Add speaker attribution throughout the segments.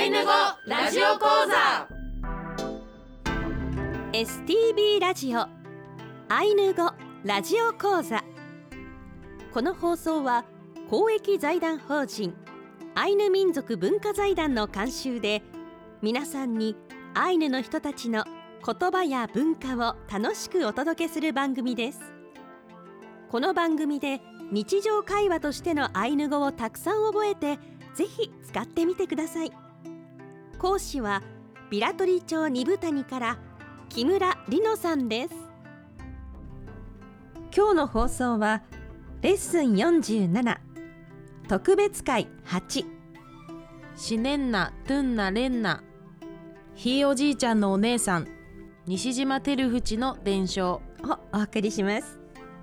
Speaker 1: イヌ語ラジオ講座
Speaker 2: STB ラジオアイヌ語ラジオ講座。この放送は公益財団法人アイヌ民族文化財団の監修で、皆さんにアイヌの人たちの言葉や文化を楽しくお届けする番組です。この番組で日常会話としてのアイヌ語をたくさん覚えて、ぜひ使ってみてください。講師はビラトリ町二部谷から木村里乃さんです。今日の放送はレッスン47特別会8、
Speaker 3: シネンナ・トゥンナ・レンナ、ひいおじいちゃんのお姉さん西島照淵の伝承
Speaker 2: をお送りします。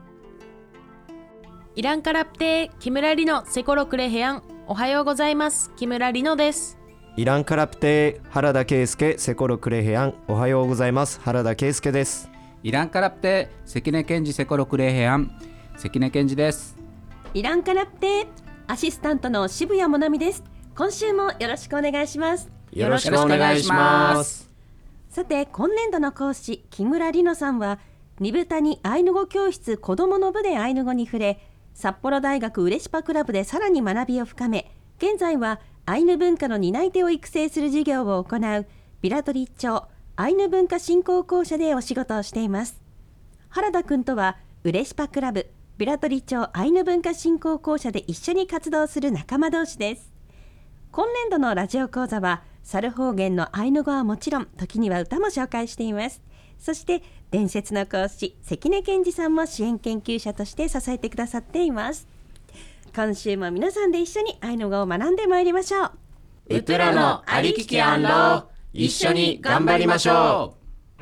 Speaker 3: イランカラプテー木村里乃セコロクレヘアン、おはようございます。木村里乃です。
Speaker 4: イランカラプテー原田圭介セコロクレヘアン、おはようございます。原田圭介です。
Speaker 5: イランカラプテー関根健二セコロクレヘアン、関根健二です。
Speaker 2: イランカラプテーアシスタントの渋谷もなみです。今週もよろしくお願いします。
Speaker 4: よろしくお願いします。
Speaker 2: さて、今年度の講師木村里乃さんは二部谷アイヌ語教室子どもの部でアイヌ語に触れ、札幌大学ウレシパクラブでさらに学びを深め、現在はアイヌ文化の担い手を育成する事業を行うビラトリ町アイヌ文化振興公社でお仕事をしています。原田くんとはウレシパクラブビラトリ町アイヌ文化振興公社で一緒に活動する仲間同士です。今年度のラジオ講座は猿方言のアイヌ語はもちろん、時には歌も紹介しています。そして伝説の講師関根健二さんも支援研究者として支えてくださっています。今週も皆さんで一緒にアイヌ語を学んでまいりましょう。
Speaker 1: ウトラのありききアンロー、一緒に頑張りましょう。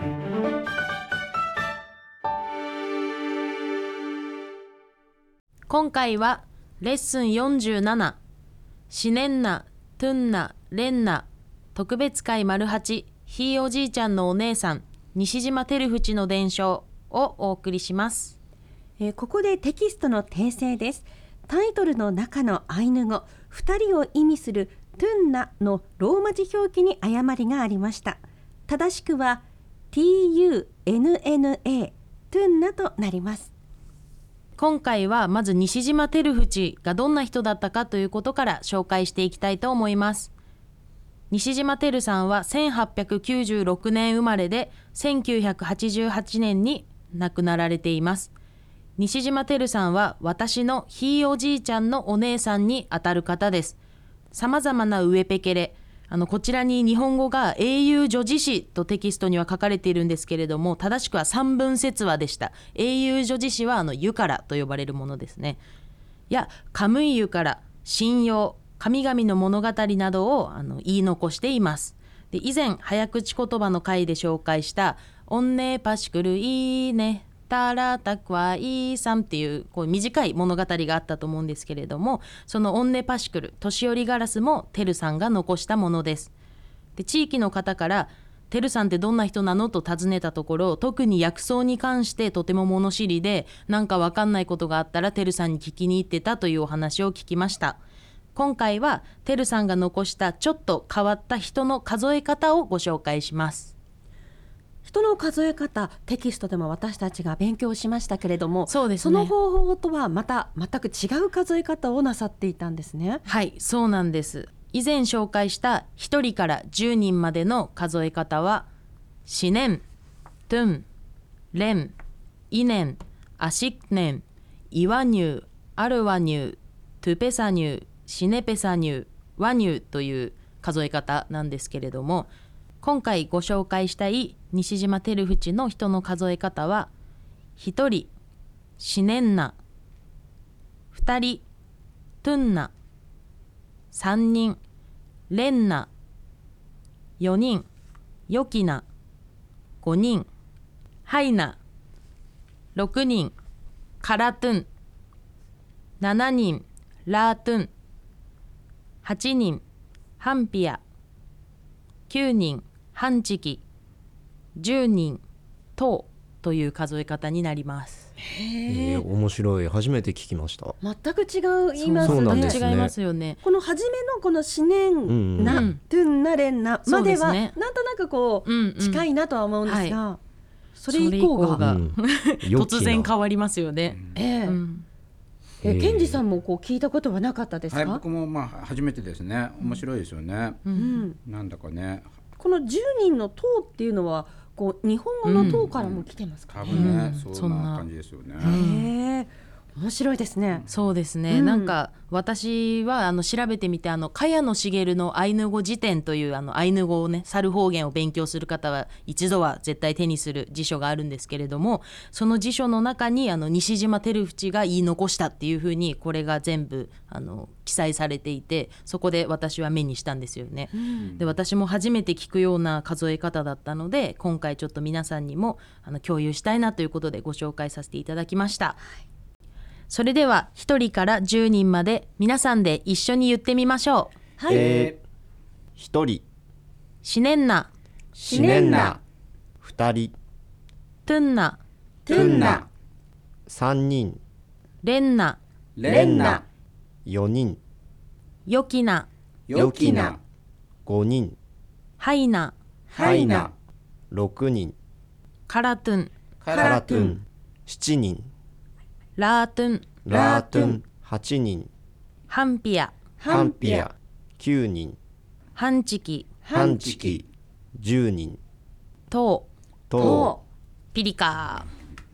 Speaker 3: 今回はレッスン47シネンナ・トゥンナ・レンナ特別会丸8、ひいおじいちゃんのお姉さん西島照淵の伝承をお送りします。
Speaker 2: ここでテキストの訂正です。タイトルの中のアイヌ語2人を意味するトゥンナのローマ字表記に誤りがありました。正しくは TUNNA トゥンナとなります。
Speaker 3: 今回はまず西島照淵がどんな人だったかということから紹介していきたいと思います。西島照さんは1896年生まれで1988年に亡くなられています。西島照さんは私のひいおじいちゃんのお姉さんにあたる方です。さまざまなウエペケレ、こちらに日本語が英雄女子誌とテキストには書かれているんですけれども、正しくは三分節話でした。英雄女子誌は湯からと呼ばれるものですね。やカムイユから神謡、神々の物語などを言い残しています。で、以前早口言葉の回で紹介したオンネパシクルイーネタラタクワイーサンっていう、こう短い物語があったと思うんですけれども、そのオンネパシクル年寄りガラスもテルさんが残したものです。で、地域の方からテルさんってどんな人なのと尋ねたところ、特に薬草に関してとても物知りで、なんか分かんないことがあったらテルさんに聞きに行ってたというお話を聞きました。今回はテルさんが残したちょっと変わった人の数え方をご紹介します。
Speaker 2: 人の数え方、テキストでも私たちが勉強しましたけれども、
Speaker 3: そうですね、
Speaker 2: その方法とはまた全く違う数え方をなさっていたんですね。
Speaker 3: はい、そうなんです。以前紹介した1人から10人までの数え方はシネン、トゥン、レン、イネン、アシクネン、イワニュー、アルワニュー、トゥペサニュー、シネペサニュー、ワニューという数え方なんですけれども、今回ご紹介したい西島照淵の人の数え方は1人シネンナ、2人トゥンナ、3人レンナ、4人ヨキナ、5人ハイナ、6人カラトゥン、7人ラートゥン、8人ハンピア、9人ハンチキ、10人トウ、 という数え方になります。
Speaker 4: 面白い、初めて聞きました。
Speaker 2: 全く違います
Speaker 4: そうなん
Speaker 2: ね。
Speaker 4: ですね。
Speaker 3: 違いますよね。
Speaker 2: この初めのこの思念な、トゥンなれんなまではなんとなくこう近いなとは思うんですが、それ以降が
Speaker 3: 突然変わりますよね。
Speaker 2: ケンジさんもこう聞いたことはなかったですか？
Speaker 5: はい、僕も初めてですね。面白いですよね。なんだかね。
Speaker 2: この10人の塔っていうのはこう日本語の塔からも来てますか？
Speaker 5: 多分ね、そんな感じですよね。
Speaker 2: 面白いですね。
Speaker 3: そうですね、なんか私は調べてみて茅野茂のアイヌ語辞典というアイヌ語をね、猿方言を勉強する方は一度は絶対手にする辞書があるんですけれども、その辞書の中に西島照淵が言い残したっていうふうにこれが全部記載されていて、そこで私は目にしたんですよね。で、私も初めて聞くような数え方だったので、今回ちょっと皆さんにも共有したいなということでご紹介させていただきました。それでは1人から10人まで皆さんで一緒に言ってみましょう。
Speaker 4: 1人、
Speaker 3: しねんな、
Speaker 4: しねんな、2人、
Speaker 3: トゥンナ、
Speaker 2: トゥンナ、
Speaker 4: 3人、
Speaker 3: レンナ、
Speaker 2: レンナ、
Speaker 4: 4人、
Speaker 3: ヨキナ、
Speaker 5: よきな、
Speaker 4: 5人、
Speaker 3: ハイナ、
Speaker 5: はい、な、
Speaker 4: 6人、
Speaker 3: カラトゥン、
Speaker 5: カ
Speaker 4: カラトゥン、7人、
Speaker 3: ラートゥン、
Speaker 4: ラートゥン、8人、
Speaker 3: ハンピア、
Speaker 4: ハンピア、9人、
Speaker 3: ハンチキ、
Speaker 4: ハンチキ、10人、
Speaker 3: トウ、
Speaker 4: ト
Speaker 3: ピリカ。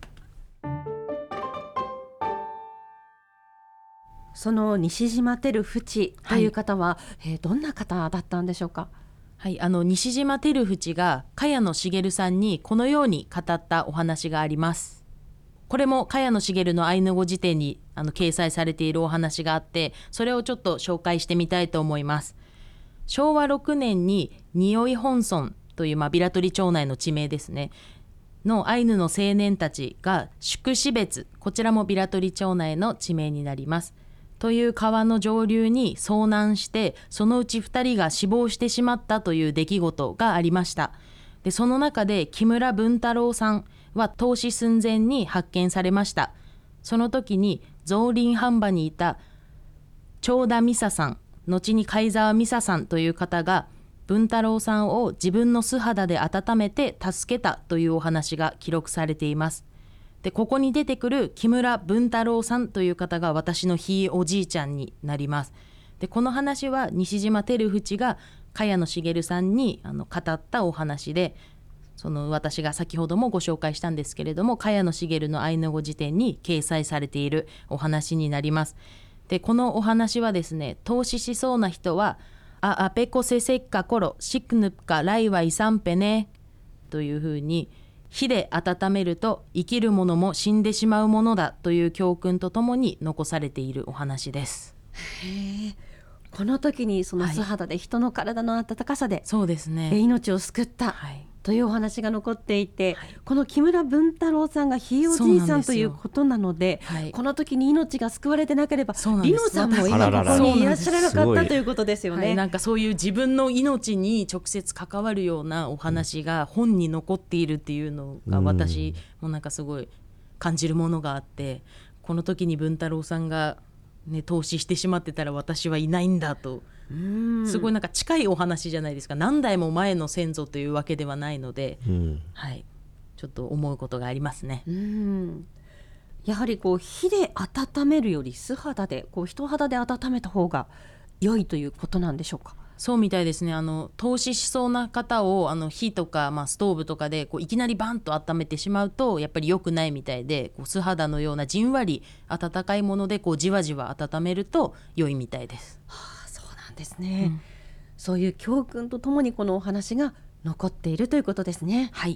Speaker 2: その西島照淵という方は、どんな方だったんでしょうか？
Speaker 3: はい、西島照淵が茅野茂さんにこのように語ったお話があります。これも茅野茂のアイヌ語辞典に掲載されているお話があって、それをちょっと紹介してみたいと思います。昭和6年に匂い本村という、ビラトリ町内の地名ですねのアイヌの青年たちが宿死別、こちらもビラトリ町内の地名になりますという川の上流に遭難して、そのうち2人が死亡してしまったという出来事がありました。で、その中で木村文太郎さんは凍死寸前に発見されました。その時に造林販場にいた長田美沙さん、後に貝沢美沙さんという方が文太郎さんを自分の素肌で温めて助けたというお話が記録されています。で、ここに出てくる木村文太郎さんという方が私のひいおじいちゃんになります。で、この話は西島照淵が茅野茂さんに語ったお話で、その私が先ほどもご紹介したんですけれども、茅野茂のアイヌ語辞典に掲載されているお話になります。で、このお話はですね、凍死しそうな人はアペコセセッカコロシクヌプカライワイサンペネというふうに、火で温めると生きるものも死んでしまうものだという教訓とともに残されているお話です。
Speaker 2: この時にその素肌で人の体の温かさで、
Speaker 3: そうですね、
Speaker 2: 命を救った、というお話が残っていて、この木村文太郎さんがひいおじいさんということなので、この時に命が救われてなければリノさんも今ここにいらっしゃらなかったということですよね。
Speaker 3: なんかそういう自分の命に直接関わるようなお話が本に残っているっていうのが、私もなんかすごい感じるものがあって、この時に文太郎さんが凍死してしまってたら私はいないんだと、すごいなんか近いお話じゃないですか。何代も前の先祖というわけではないので、ちょっと思うことがありますね。
Speaker 2: やはりこう火で温めるより素肌で人肌で温めた方が良いということなんでしょうか？
Speaker 3: そうみたいですね。凍死しそうな方を火とか、ストーブとかでいきなりバンと温めてしまうとやっぱり良くないみたいで、素肌のようなじんわり温かいものでじわじわ温めると良いみたいです。
Speaker 2: そうなんですね、そういう教訓とともにこのお話が残っているということですね。
Speaker 3: はい。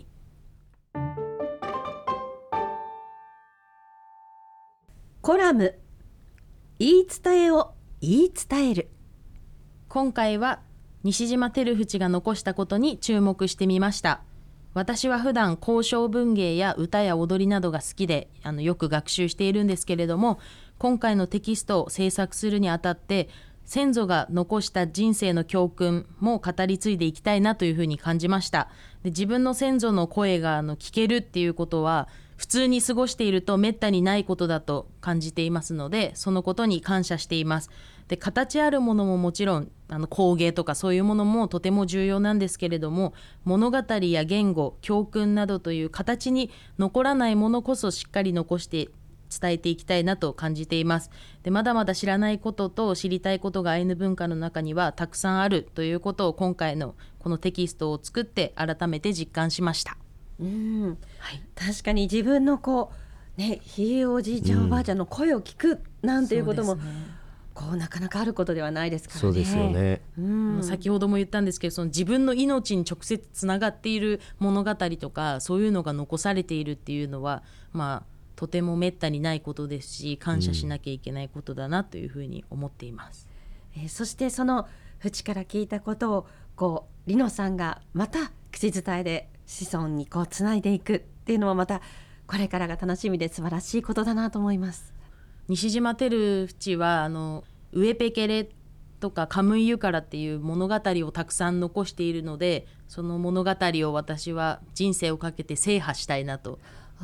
Speaker 2: コラム言い伝えを言い伝える。
Speaker 3: 今回は西島照淵が残したことに注目してみました。私は普段交渉文芸や歌や踊りなどが好きでよく学習しているんですけれども、今回のテキストを制作するにあたって先祖が残した人生の教訓も語り継いでいきたいなというふうに感じました。で、自分の先祖の声が聞けるっていうことは普通に過ごしているとめったにないことだと感じていますので、そのことに感謝しています。で、形あるものももちろん工芸とかそういうものもとても重要なんですけれども、物語や言語、教訓などという形に残らないものこそしっかり残して伝えていきたいなと感じています。で、まだまだ知らないことと知りたいことがアイヌ文化の中にはたくさんあるということを今回のこのテキストを作って改めて実感しました。
Speaker 2: 確かに自分のひいおじいちゃんおばあちゃんの声を聞くなんていうことも、なかなかあることではないですからね。
Speaker 4: そうですよね。
Speaker 3: 先ほども言ったんですけど、その自分の命に直接つながっている物語とかそういうのが残されているっていうのは、とてもめったにないことですし、感謝しなきゃいけないことだなというふうに思っています。
Speaker 2: そしてその淵から聞いたことをリノさんがまた口伝えで子孫につないでいくっていうのはまたこれからが楽しみで素晴らしいことだなと思います。
Speaker 3: 西島照淵はウエペケレとかカムイユカラっていう物語をたくさん残しているので、その物語を私は人生をかけて制覇したいなと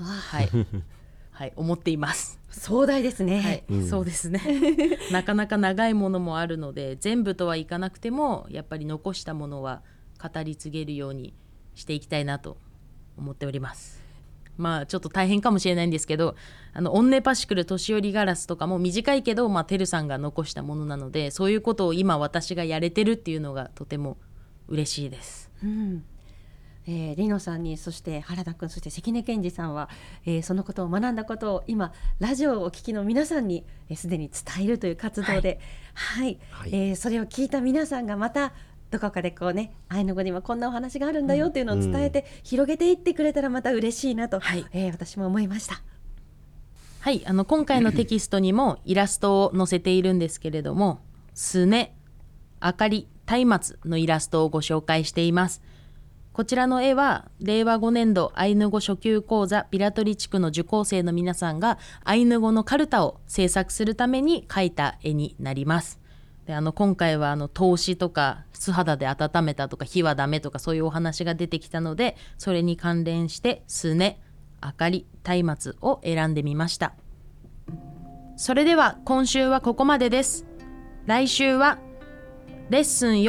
Speaker 3: 思っています。
Speaker 2: 壮大ですね。
Speaker 3: そうですねなかなか長いものもあるので、全部とはいかなくてもやっぱり残したものは語り継げるようにしていきたいなと思っております。ちょっと大変かもしれないんですけど、オンネパシクル年寄りガラスとかも短いけど、てるさんが残したものなので、そういうことを今私がやれてるっていうのがとても嬉しいです。
Speaker 2: リノさんに、そして原田くん、そして関根健二さんは、そのことを学んだことを今ラジオをお聞きの皆さんにすでに伝えるという活動で、それを聞いた皆さんがまたどこかでアイヌ語にはこんなお話があるんだよっていうのを伝えて、広げていってくれたらまた嬉しいなと、私も思いました。
Speaker 3: 今回のテキストにもイラストを載せているんですけれども、スネ、明かり、松明のイラストをご紹介しています。こちらの絵は令和5年度アイヌ語初級講座ピラトリ地区の受講生の皆さんがアイヌ語のカルタを制作するために描いた絵になります。で、今回は投資とか素肌で温めたとか火はダメとかそういうお話が出てきたので、それに関連してスネ、明かり、松明を選んでみました。それでは今週はここまでです。来週はレッスン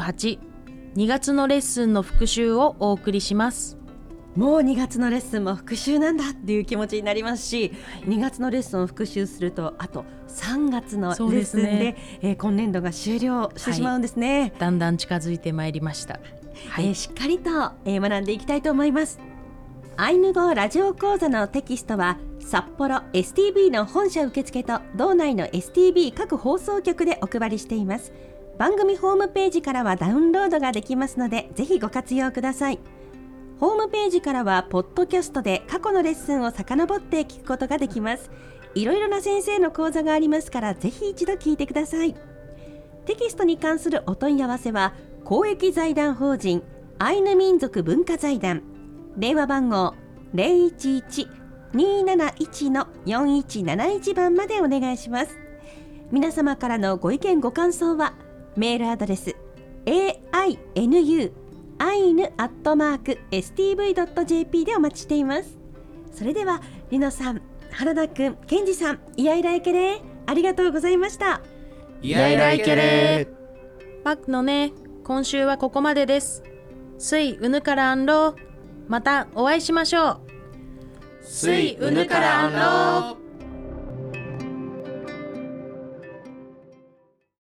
Speaker 3: 48、2月のレッスンの復習をお送りします。
Speaker 2: もう2月のレッスンも復習なんだっていう気持ちになりますし、2月のレッスンを復習するとあと3月のレッスンで、今年度が終了してしまうんですね。
Speaker 3: だんだん近づいてまいりました。
Speaker 2: しっかりと、学んでいきたいと思います。アイヌ語ラジオ講座のテキストは札幌 STB の本社受付と道内の STB 各放送局でお配りしています。番組ホームページからはダウンロードができますので、ぜひご活用ください。ホームページからはポッドキャストで過去のレッスンを遡って聞くことができます。いろいろな先生の講座がありますから、ぜひ一度聞いてください。テキストに関するお問い合わせは公益財団法人アイヌ民族文化財団、電話番号 011-271-4171 番までお願いします。皆様からのご意見ご感想はメールアドレス ainu@stv.jp でお待ちしています。それではリノさん、原田くん、ケンジさん、イヤイライケレー、ありがとうございました。
Speaker 1: イヤイライケレー。
Speaker 3: パックのね、今週はここまでです。スイウヌからアンロー、またお会いしましょう。
Speaker 1: スイウヌからアンロー。